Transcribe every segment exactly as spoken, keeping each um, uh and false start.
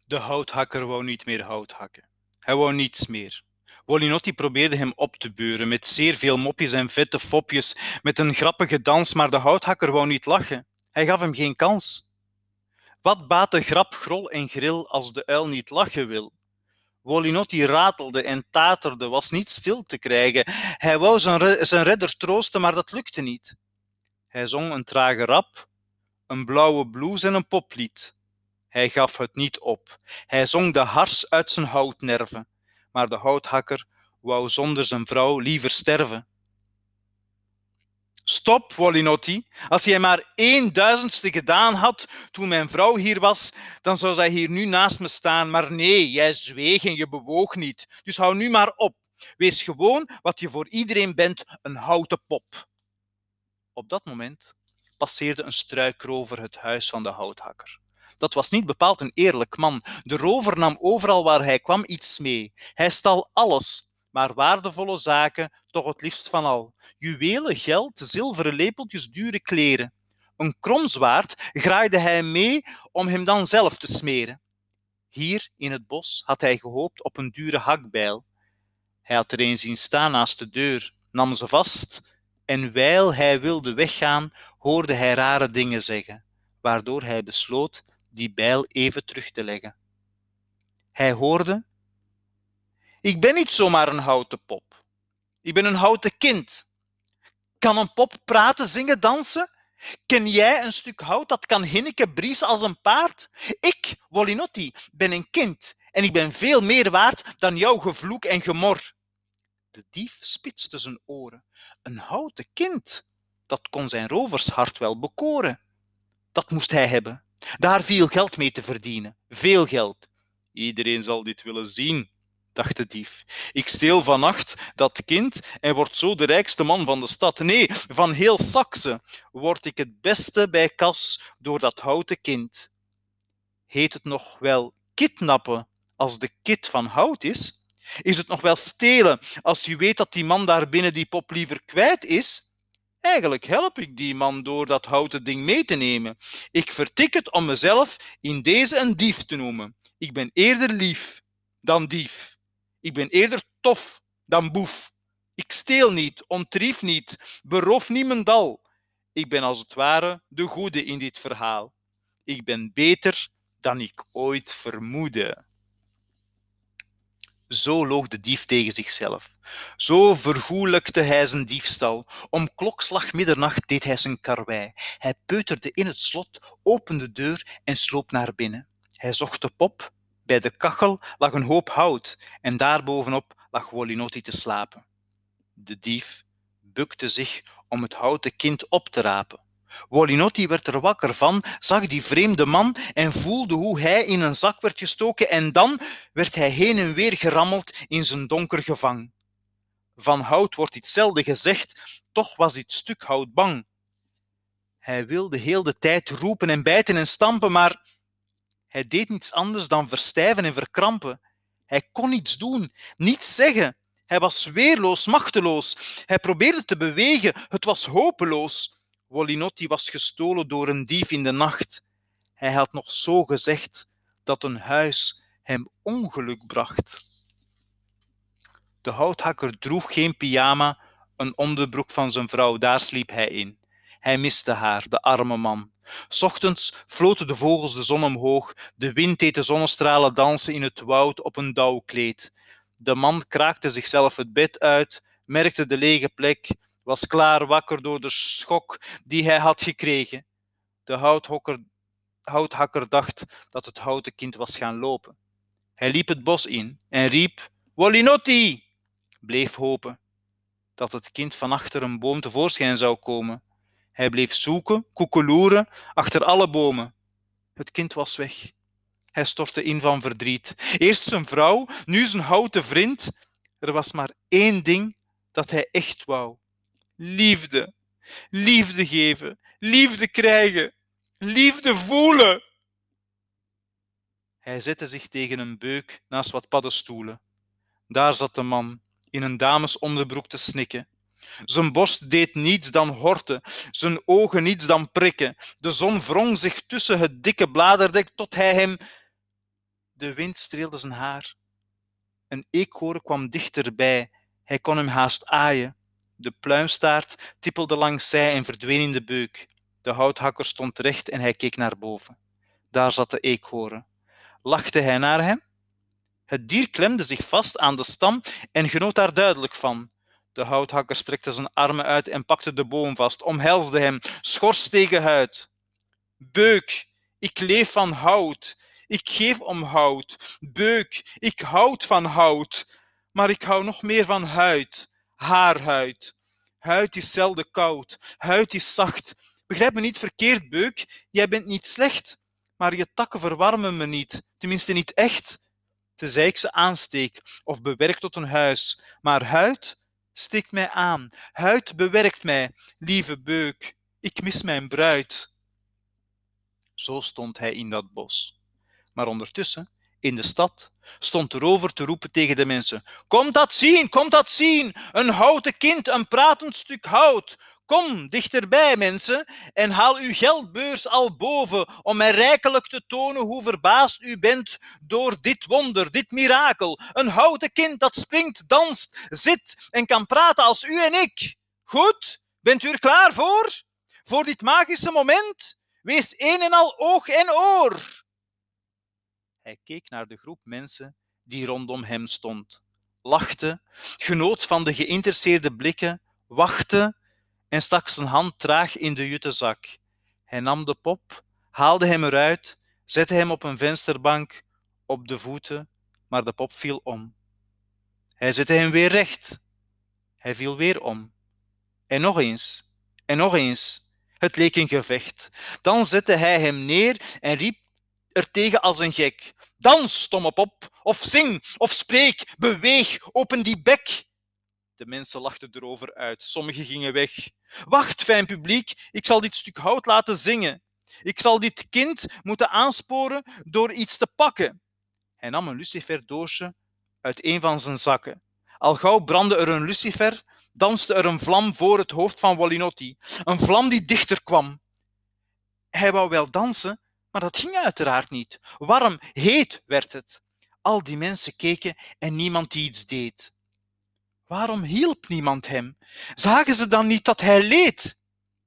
De houthakker wou niet meer hout hakken. Hij wou niets meer. Wolinotti probeerde hem op te beuren met zeer veel mopjes en vette fopjes, met een grappige dans, maar de houthakker wou niet lachen. Hij gaf hem geen kans. Wat baat de grap, grol en gril als de uil niet lachen wil? Wolinotti ratelde en taterde, was niet stil te krijgen. Hij wou zijn, re- zijn redder troosten, maar dat lukte niet. Hij zong een trage rap, een blauwe blouse en een poplied. Hij gaf het niet op. Hij zong de hars uit zijn houtnerven. Maar de houthakker wou zonder zijn vrouw liever sterven. Stop, Wolinotti. Als jij maar één duizendste gedaan had toen mijn vrouw hier was, dan zou zij hier nu naast me staan. Maar nee, jij zweeg en je bewoog niet. Dus hou nu maar op. Wees gewoon wat je voor iedereen bent, een houten pop. Op dat moment passeerde een struikrover het huis van de houthakker. Dat was niet bepaald een eerlijk man. De rover nam overal waar hij kwam iets mee. Hij stal alles, maar waardevolle zaken toch het liefst van al. Juwelen, geld, zilveren lepeltjes, dure kleren. Een kromzwaard graaide hij mee om hem dan zelf te smeren. Hier in het bos had hij gehoopt op een dure hakbijl. Hij had er een zien staan naast de deur, nam ze vast en wijl hij wilde weggaan, hoorde hij rare dingen zeggen, waardoor hij besloot die bijl even terug te leggen. Hij hoorde: ik ben niet zomaar een houten pop. Ik ben een houten kind. Kan een pop praten, zingen, dansen? Ken jij een stuk hout dat kan hinniken, briesen als een paard? Ik, Wolinotti, ben een kind en ik ben veel meer waard dan jouw gevloek en gemor. De dief spitste zijn oren. Een houten kind, dat kon zijn rovershart wel bekoren. Dat moest hij hebben. Daar viel geld mee te verdienen. Veel geld. Iedereen zal dit willen zien, dacht de dief. Ik steel vannacht dat kind en word zo de rijkste man van de stad. Nee, van heel Saksen word ik het beste bij kas door dat houten kind. Heet het nog wel kidnappen als de kid van hout is? Is het nog wel stelen als je weet dat die man daar binnen die pop liever kwijt is? Eigenlijk help ik die man door dat houten ding mee te nemen. Ik vertik het om mezelf in deze een dief te noemen. Ik ben eerder lief dan dief. Ik ben eerder tof dan boef. Ik steel niet, ontrief niet, beroof niemendal. Ik ben als het ware de goede in dit verhaal. Ik ben beter dan ik ooit vermoedde. Zo loog de dief tegen zichzelf. Zo vergoelijkte hij zijn diefstal. Om klokslag middernacht deed hij zijn karwei. Hij peuterde in het slot, opende de deur en sloop naar binnen. Hij zocht de pop. Bij de kachel lag een hoop hout en daarbovenop lag Wolinotti te slapen. De dief bukte zich om het houten kind op te rapen. Wolinotti werd er wakker van, zag die vreemde man en voelde hoe hij in een zak werd gestoken en dan werd hij heen en weer gerammeld in zijn donker gevang. Van hout wordt iets zelden gezegd, toch was dit stuk hout bang. Hij wilde heel de tijd roepen en bijten en stampen, maar hij deed niets anders dan verstijven en verkrampen. Hij kon niets doen, niets zeggen. Hij was weerloos, machteloos. Hij probeerde te bewegen, het was hopeloos. Wolinotti was gestolen door een dief in de nacht. Hij had nog zo gezegd dat een huis hem ongeluk bracht. De houthakker droeg geen pyjama, een onderbroek van zijn vrouw, daar sliep hij in. Hij miste haar, de arme man. 's Ochtends floten de vogels de zon omhoog, de wind deed de zonnestralen dansen in het woud op een dauwkleed. De man kraakte zichzelf het bed uit, merkte de lege plek, was klaar wakker door de schok die hij had gekregen. De houthakker, houthakker dacht dat het houten kind was gaan lopen. Hij liep het bos in en riep: Wolinotti! Bleef hopen dat het kind van achter een boom tevoorschijn zou komen. Hij bleef zoeken, koekeloeren, achter alle bomen. Het kind was weg. Hij stortte in van verdriet. Eerst zijn vrouw, nu zijn houten vriend. Er was maar één ding dat hij echt wou. Liefde. Liefde geven. Liefde krijgen. Liefde voelen. Hij zette zich tegen een beuk naast wat paddenstoelen. Daar zat de man, in een damesonderbroek te snikken. Zijn borst deed niets dan horten, zijn ogen niets dan prikken. De zon wrong zich tussen het dikke bladerdek tot hij hem De wind streelde zijn haar. Een eekhoorn kwam dichterbij. Hij kon hem haast aaien. De pluimstaart tippelde langs zij en verdween in de beuk. De houthakker stond recht en hij keek naar boven. Daar zat de eekhoorn. Lachte hij naar hem? Het dier klemde zich vast aan de stam en genoot daar duidelijk van. De houthakker strekte zijn armen uit en pakte de boom vast, omhelsde hem, schors tegen huid. Beuk, ik leef van hout. Ik geef om hout. Beuk, ik houd van hout. Maar ik hou nog meer van huid. Haar huid. Huid is zelden koud. Huid is zacht. Begrijp me niet verkeerd, Beuk. Jij bent niet slecht. Maar je takken verwarmen me niet. Tenminste niet echt. Tenzij ik ze aansteek of bewerk tot een huis. Maar huid steekt mij aan. Huid bewerkt mij. Lieve Beuk, ik mis mijn bruid. Zo stond hij in dat bos. Maar ondertussen, in de stad, stond de rover te roepen tegen de mensen. Kom dat zien, kom dat zien! Een houten kind, een pratend stuk hout. Kom dichterbij, mensen, en haal uw geldbeurs al boven om mij rijkelijk te tonen hoe verbaasd u bent door dit wonder, dit mirakel. Een houten kind dat springt, danst, zit en kan praten als u en ik. Goed, bent u er klaar voor? Voor dit magische moment? Wees een en al oog en oor. Hij keek naar de groep mensen die rondom hem stond, lachte, genoot van de geïnteresseerde blikken, wachtte en stak zijn hand traag in de juttezak. Hij nam de pop, haalde hem eruit, zette hem op een vensterbank, op de voeten, maar de pop viel om. Hij zette hem weer recht. Hij viel weer om. En nog eens, en nog eens. Het leek een gevecht. Dan zette hij hem neer en riep er tegen als een gek. Dans, stomme pop, of zing, of spreek, beweeg, open die bek. De mensen lachten erover uit. Sommigen gingen weg. Wacht, fijn publiek, ik zal dit stuk hout laten zingen. Ik zal dit kind moeten aansporen door iets te pakken. Hij nam een luciferdoosje uit een van zijn zakken. Al gauw brandde er een lucifer, danste er een vlam voor het hoofd van Wallinotti. Een vlam die dichter kwam. Hij wou wel dansen, maar dat ging uiteraard niet. Warm, heet werd het. Al die mensen keken en niemand die iets deed. Waarom hielp niemand hem? Zagen ze dan niet dat hij leed?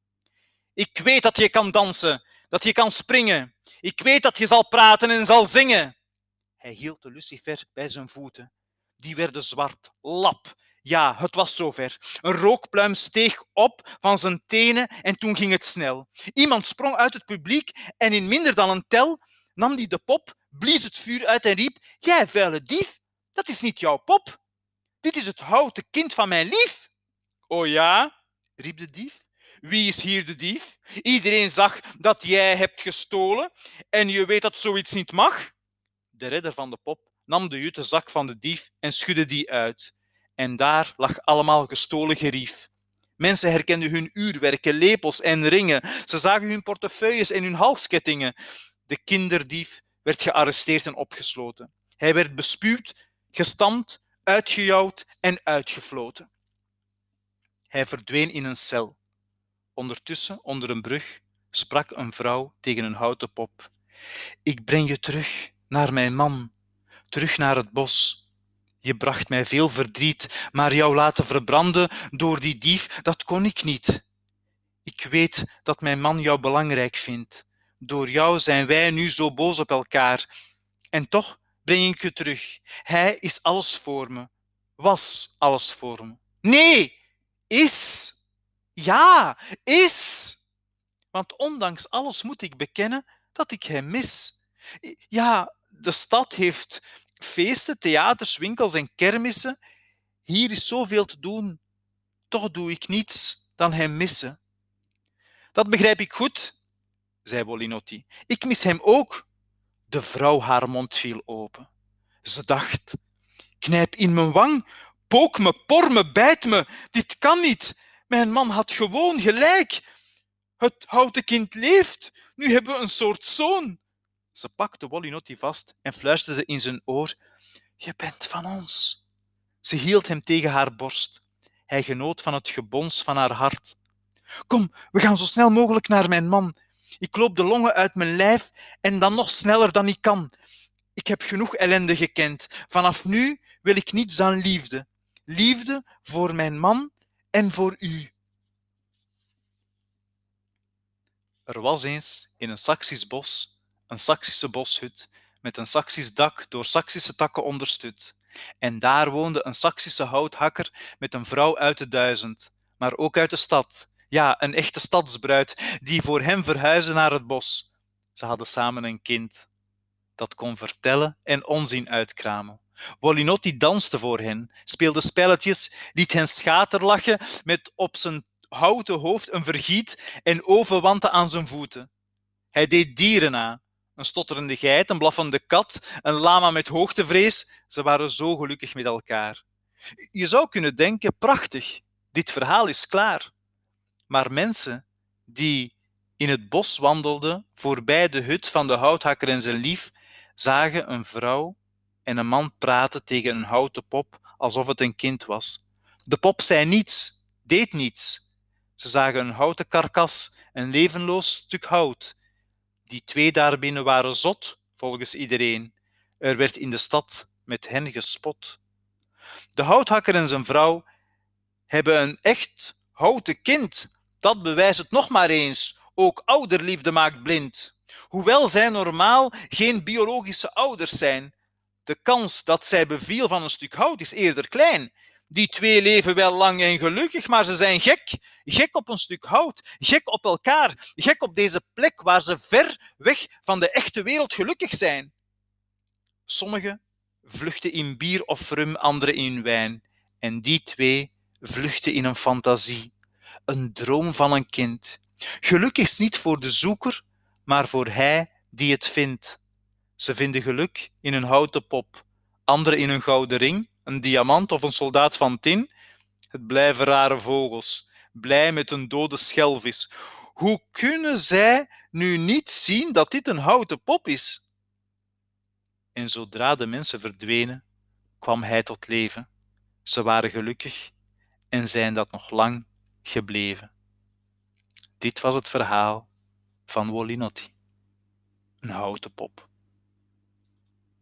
Ik weet dat je kan dansen, dat je kan springen. Ik weet dat je zal praten en zal zingen. Hij hield de lucifer bij zijn voeten. Die werden zwart, lap. Ja, het was zover. Een rookpluim steeg op van zijn tenen en toen ging het snel. Iemand sprong uit het publiek en in minder dan een tel nam die de pop, blies het vuur uit en riep: Jij vuile dief, dat is niet jouw pop. Dit is het houten kind van mijn lief. O ja, riep de dief. Wie is hier de dief? Iedereen zag dat jij hebt gestolen en je weet dat zoiets niet mag. De redder van de pop nam de jute zak van de dief en schudde die uit. En daar lag allemaal gestolen gerief. Mensen herkenden hun uurwerken, lepels en ringen. Ze zagen hun portefeuilles en hun halskettingen. De kinderdief werd gearresteerd en opgesloten. Hij werd bespuwd, gestampt, uitgejouwd en uitgefloten. Hij verdween in een cel. Ondertussen, onder een brug, sprak een vrouw tegen een houten pop. Ik breng je terug naar mijn man, terug naar het bos. Je bracht mij veel verdriet, maar jou laten verbranden door die dief, dat kon ik niet. Ik weet dat mijn man jou belangrijk vindt. Door jou zijn wij nu zo boos op elkaar. En toch breng ik je terug. Hij is alles voor me. Was alles voor me. Nee, is. Ja, is. Want ondanks alles moet ik bekennen dat ik hem mis. Ja, de stad heeft feesten, theaters, winkels en kermissen. Hier is zoveel te doen. Toch doe ik niets dan hem missen. Dat begrijp ik goed, zei Wallinotti. Ik mis hem ook. De vrouw haar mond viel open. Ze dacht, knijp in mijn wang, pook me, por me, bijt me. Dit kan niet. Mijn man had gewoon gelijk. Het houten kind leeft. Nu hebben we een soort zoon. Ze pakte Wallinotti vast en fluisterde in zijn oor. Je bent van ons. Ze hield hem tegen haar borst. Hij genoot van het gebons van haar hart. Kom, we gaan zo snel mogelijk naar mijn man. Ik loop de longen uit mijn lijf en dan nog sneller dan ik kan. Ik heb genoeg ellende gekend. Vanaf nu wil ik niets dan liefde. Liefde voor mijn man en voor u. Er was eens in een Saksisch bos een Saksische boshut met een Saksisch dak door Saksische takken onderstut. En daar woonde een Saksische houthakker met een vrouw uit de duizend, maar ook uit de stad. Ja, een echte stadsbruid die voor hem verhuisde naar het bos. Ze hadden samen een kind dat kon vertellen en onzin uitkramen. Wolinotti danste voor hen, speelde spelletjes, liet hen schaterlachen met op zijn houten hoofd een vergiet en ovenwanten aan zijn voeten. Hij deed dieren na. Een stotterende geit, een blaffende kat, een lama met hoogtevrees. Ze waren zo gelukkig met elkaar. Je zou kunnen denken, prachtig, dit verhaal is klaar. Maar mensen die in het bos wandelden, voorbij de hut van de houthakker en zijn lief, zagen een vrouw en een man praten tegen een houten pop alsof het een kind was. De pop zei niets, deed niets. Ze zagen een houten karkas, een levenloos stuk hout. Die twee daarbinnen waren zot, volgens iedereen. Er werd in de stad met hen gespot. De houthakker en zijn vrouw hebben een echt houten kind. Dat bewijst het nog maar eens. Ook ouderliefde maakt blind. Hoewel zij normaal geen biologische ouders zijn, de kans dat zij beviel van een stuk hout is eerder klein. Die twee leven wel lang en gelukkig, maar ze zijn gek. Gek op een stuk hout, gek op elkaar, gek op deze plek waar ze ver weg van de echte wereld gelukkig zijn. Sommigen vluchten in bier of rum, anderen in wijn. En die twee vluchten in een fantasie, een droom van een kind. Geluk is niet voor de zoeker, maar voor hij die het vindt. Ze vinden geluk in een houten pop, anderen in een gouden ring, een diamant of een soldaat van tin. Het blijven rare vogels, blij met een dode schelvis. Hoe kunnen zij nu niet zien dat dit een houten pop is? En zodra de mensen verdwenen, kwam hij tot leven. Ze waren gelukkig en zijn dat nog lang gebleven. Dit was het verhaal van Wolinotti, een houten pop.